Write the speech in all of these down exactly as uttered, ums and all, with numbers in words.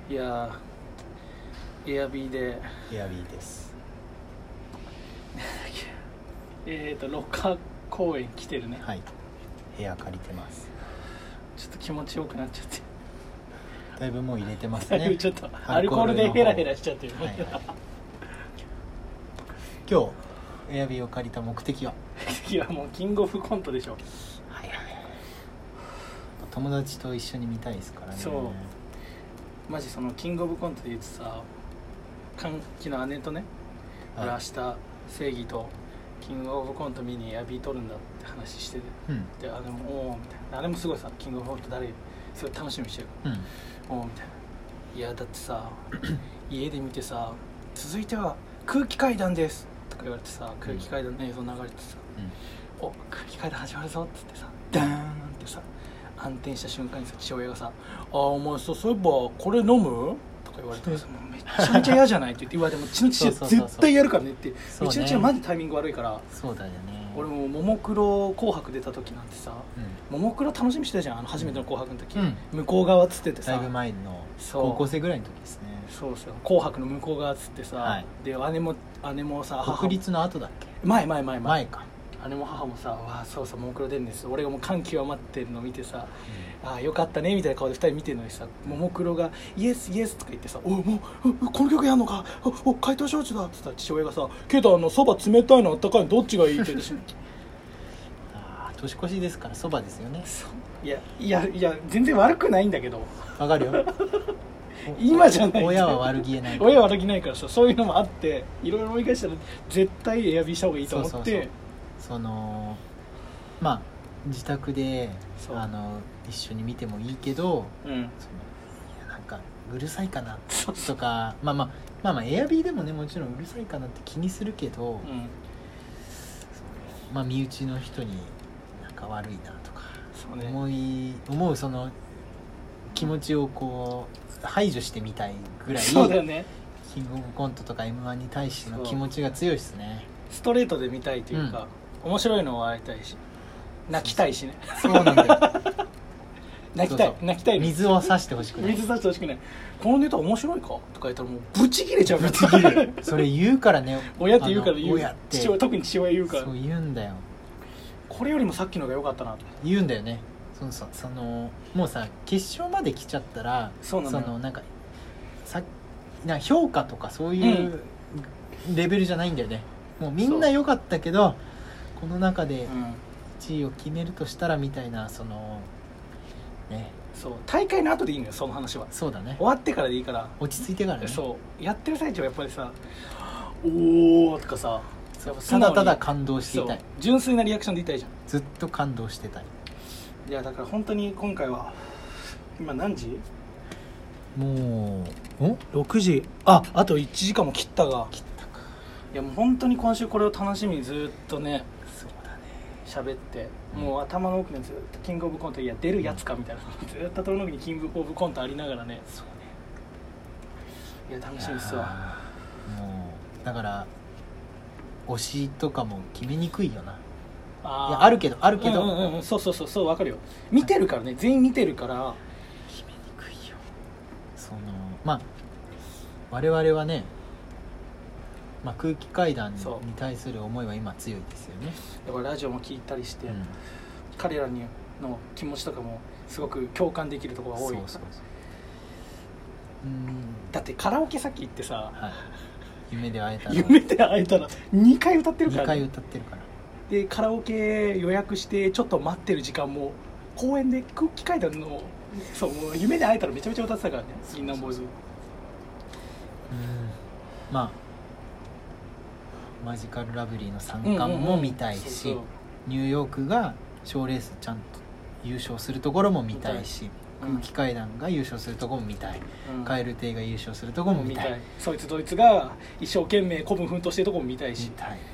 いやーエアビーでエアビーですえーとロッカー公園来てるね。 はい、部屋借りてます。 ちょっと気持ちよくなっちゃってだいぶもう入れてますだいぶねちょっとアルコールでヘラヘラしちゃってる、 はいはい、今日エアビーを借りた目的はいやもうキングオブコントでしょ。 はいはい、友達と一緒に見たいですからね。 そうマジそのキングオブコントで言ってさ、昨日姉とね、 はい、 俺明日正義とキングオブコント見にエアビー撮るんだって話してて、 うん、 で姉もおおみたいな、姉もすごいさキングオブコント誰すごい楽しみにしてるから、うん、おおみたいな。いやだってさ家で見てさ、続いては空気階段ですとか言われてさ、空気階段の映像流れてさ、うん、お空気階段始まるぞって言ってさ、ダーンってさ暗転した瞬間にさ、父親がさ、あお前さそういえばこれ飲むとか言われてさ、もうめちゃめちゃ嫌じゃないって言って、言われてもうちの父親絶対やるからねって。うちの父親マジタイミング悪いから。 そうだよね。 俺もももクロ紅白出た時なんてさ、ももクロ楽しみにしてたじゃん、あの初めての紅白の時、うん、向こう側っつっててさ、 だいぶ前の高校生ぐらいの時ですね。 そうそう、紅白の向こう側っつってさ、はい、で姉も姉もさ、 国立の後だっけ、 前前前前前か、 姉も母もさ、わあそうそうももクロ出るんです、俺がもう感極まってるの見てさ、うん、ああよかったねみたいな顔でふたり見てるのにさ、ももクロがイエスイエスとか言ってさ、おもうこの曲やんのか、お怪盗承知だっつったら父親がさ、けどあのそば冷たいのあったかいのどっちがいいって言ってしああ年越しですからそばですよね。 いやいやいや全然悪くないんだけど、 わかるよ今じゃない、 親は悪気ないから、 親は悪気ないからさ、そういうのもあっていろいろ思い返したら絶対エアビーした方がいいと思って、そうそうそう、 そのまあ自宅であの一緒に見てもいいけど、うん、そのいやなんかうるさいかなとかまあまあまあまあエアビーでもねもちろんうるさいかなって気にするけど、うん、まあ身内の人になんか悪いなとか思い思うその気持ちをこう排除してみたいぐらい、 そうだよね、 キングオブコントとか エムワン に対しての気持ちが強いですね。 ストレートで見たいというか、うん、面白いのを会いたいし泣きたいしね。 そうなんだよ泣きたい、 そうそう泣きたい、 水を差してほしくない、 水差してほしくない。このネタ面白いかとか言ったらもうブチ切れちゃう、 ブチ切れるそれ言うからね親って言うから言う、 親って父親、特に父親言うから、 そう言うんだよ、 これよりもさっきのが良かったなと言うんだよね。そのそそのもうさ決勝まで来ちゃったら、 そうなのよ、 そのなんかさなんか評価とかそういうレベルじゃないんだよね、うん、もうみんな良かったけどこの中でいちいを決めるとしたらみたいな、そのね、 そう大会の後でいいのよその話は。 そうだね、 終わってからでいいから、 落ち着いてからね。 そうやってる最中はやっぱりさ、おーとかさ、 やっぱただただ感動していたい、 純粋なリアクションでいたいじゃん。 ずっと感動してたい。 いやだから本当に今回は今何時？ もうろくじ、ああといちじかんも切ったが、 切ったか。 いやもう本当に今週これを楽しみにずっとね、 そうだね、 喋って、うん、もう頭の奥にずっとキングオブコント、いや出るやつかみたいな、うん、ずっと頭の奥にキングオブコントありながらね。 そうね、いや楽しみっすわ。 もうだから推しとかも決めにくいよな。 あいやあるけどあるけど、 うんうんうん、そうそうそうそう分かるよ。見てるからね、全員見てるから決めにくいよ。そのまあ我々はね、まあ、空気階段に対する思いは今強いですよね。 だからラジオも聞いたりして、うん、彼らにの気持ちとかもすごく共感できるところが多い。そうそうそう、うんだってカラオケさっき行ってさ、はい、 夢で会えたら夢で会えたらにかい歌ってるから、ね、 にかい歌ってるから。 でカラオケ予約してちょっと待ってる時間も公園で空気階段のそうもう夢で会えたらめちゃめちゃ歌ってたからね、銀杏ボーイズ。うんまあマジカルラブリーの三冠も見たいし、ニューヨークが賞レースちゃんと優勝するところも見たいし、うん、空気階段が優勝するところも見たい、うん、蛙亭が優勝するところも見たい、 そいつどいつが一生懸命古文奮闘してるところも見たいし、 見たい。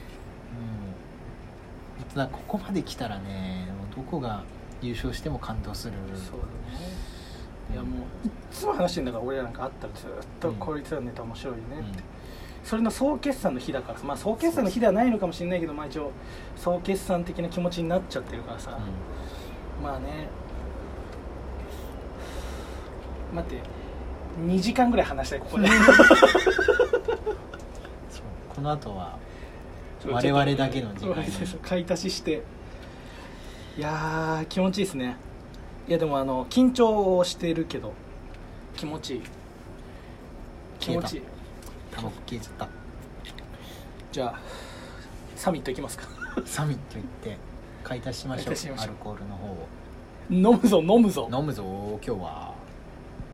ただここまで来たらね、どこが優勝しても感動する。 そうだね、いやもういつも話してんだから、俺らなんかあったらずっとこいつらのネタ面白いねって、うん、それの総決算の日だから、まあ総決算の日ではないのかもしれないけど、まあ一応総決算的な気持ちになっちゃってるからさ、うん、まあね待ってにじかんぐらい話したいここでそうこの後は我々だけの時間に買い足ししていやー気持ちいいですね。いやでもあの緊張してるけど気持ちいい気持ちいい。 タバコ消えちゃった。 じゃあサミット行きますかサミット行って買い足しましょう。 買い足しましょう。 アルコールの方を飲むぞ飲むぞ飲むぞ今日は。